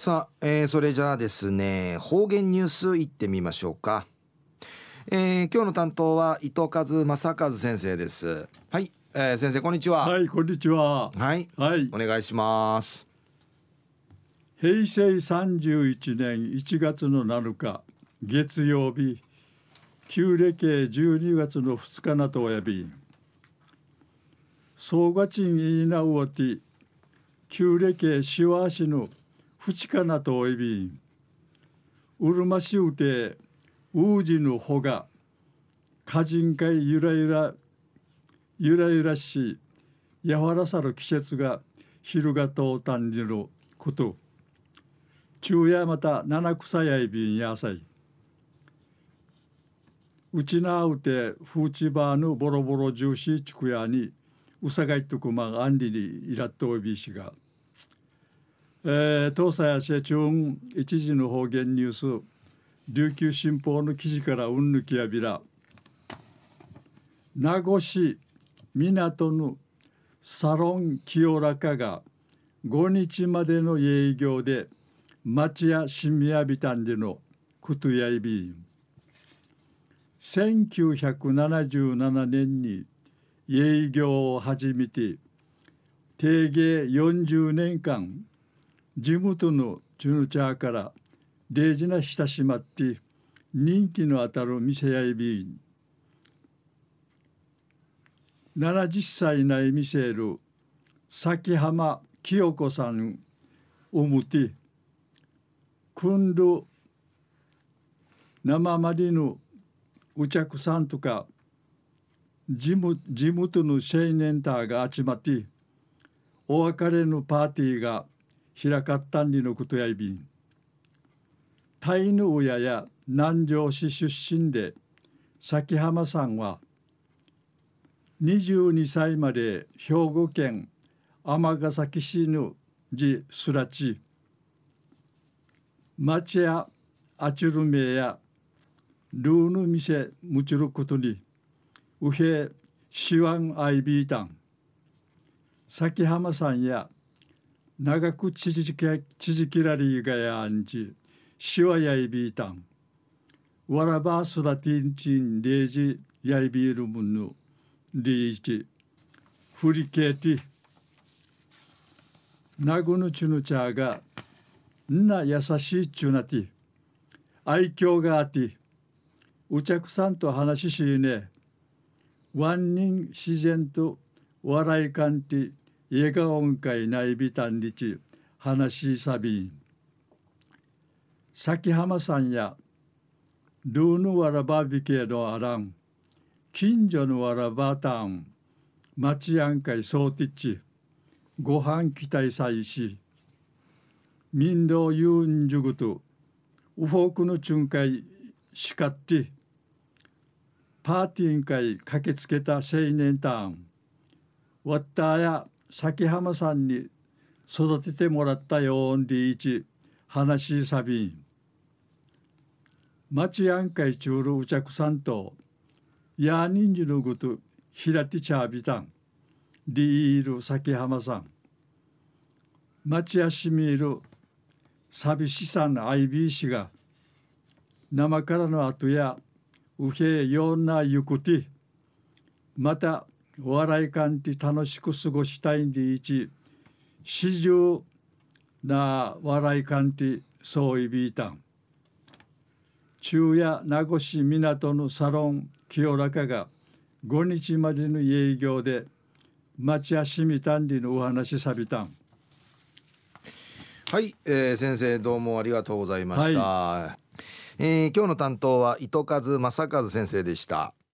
さあ、それじゃあですね、方言ニュースいってみましょうか。今日の担当は伊藤正和先生です。はい、先生こんにちは。 はい、こんにちは。 はい、 はい、 お願いします。 平成31年1月の7日月曜日、旧暦12月の2日なとおやび総合賃いなうおて旧暦しわしの2日なとおやびうるましうてうじのほが歌人会ゆらゆらしやわらさる季節が昼がとうたんじること昼夜また七草やいびんやさいうちなうてふうちばぬボロボロジューシーちくやにうさがいとくまがあんりにいらっとおびしが東西やせちゅん一時の方言ニュース琉球新報の記事からうんぬきやびら名護市港のサロン清らかが5日までの営業で町や市民やびたんでのことやいび1977年に営業を始めて定芸40年間地元のチュヌチャーから礼儀な親しまって人気のあたる店やいび70歳ない店る崎浜清子さんをむてくんる生まりのお客さんとか地元の青年たが集まってお別れのパーティーが開かったんりのことやいびんタイの親や南城市出身で崎浜さんは22歳まで兵庫県尼崎市の地すらち町やあちるめやルーの店むちることにうへしわんあいびいたん崎浜さんや長くちじきらりがやんじしわやいびいたんわらばすだてんちんれいじやいびいるむぬりいちふりけてなぐぬちぬちゃがんな優しいちゅなて愛嬌があってお客さんと話しね万人自然と笑いかんて笑顔んかいないびたんりち話しさびん崎浜さんやルーヌワラバービケのあらん近所のわらばたん町やんかいそうてっちご飯期待さいし民道ユンジュグとウフォークのチュンカイしかってパーティーン会駆けつけた青年たんわったや崎浜さんに育ててもらったよんでいち話しさびん町やんかいちゅうるうちゃくさんとやにんじのぐとひらてちゃびたんリール崎浜さん町やしみるさびしさんアイビー氏が生からの後やうへようなゆくてまた笑いかんて楽しく過ごしたいんでいち始終な笑いかんてそういびいたん昼夜名護市港のサロン清らかが5日までの営業で町やしみたんりのお話さびたんはい、先生どうもありがとうございました。 は今日の担当は糸数正和先生でした。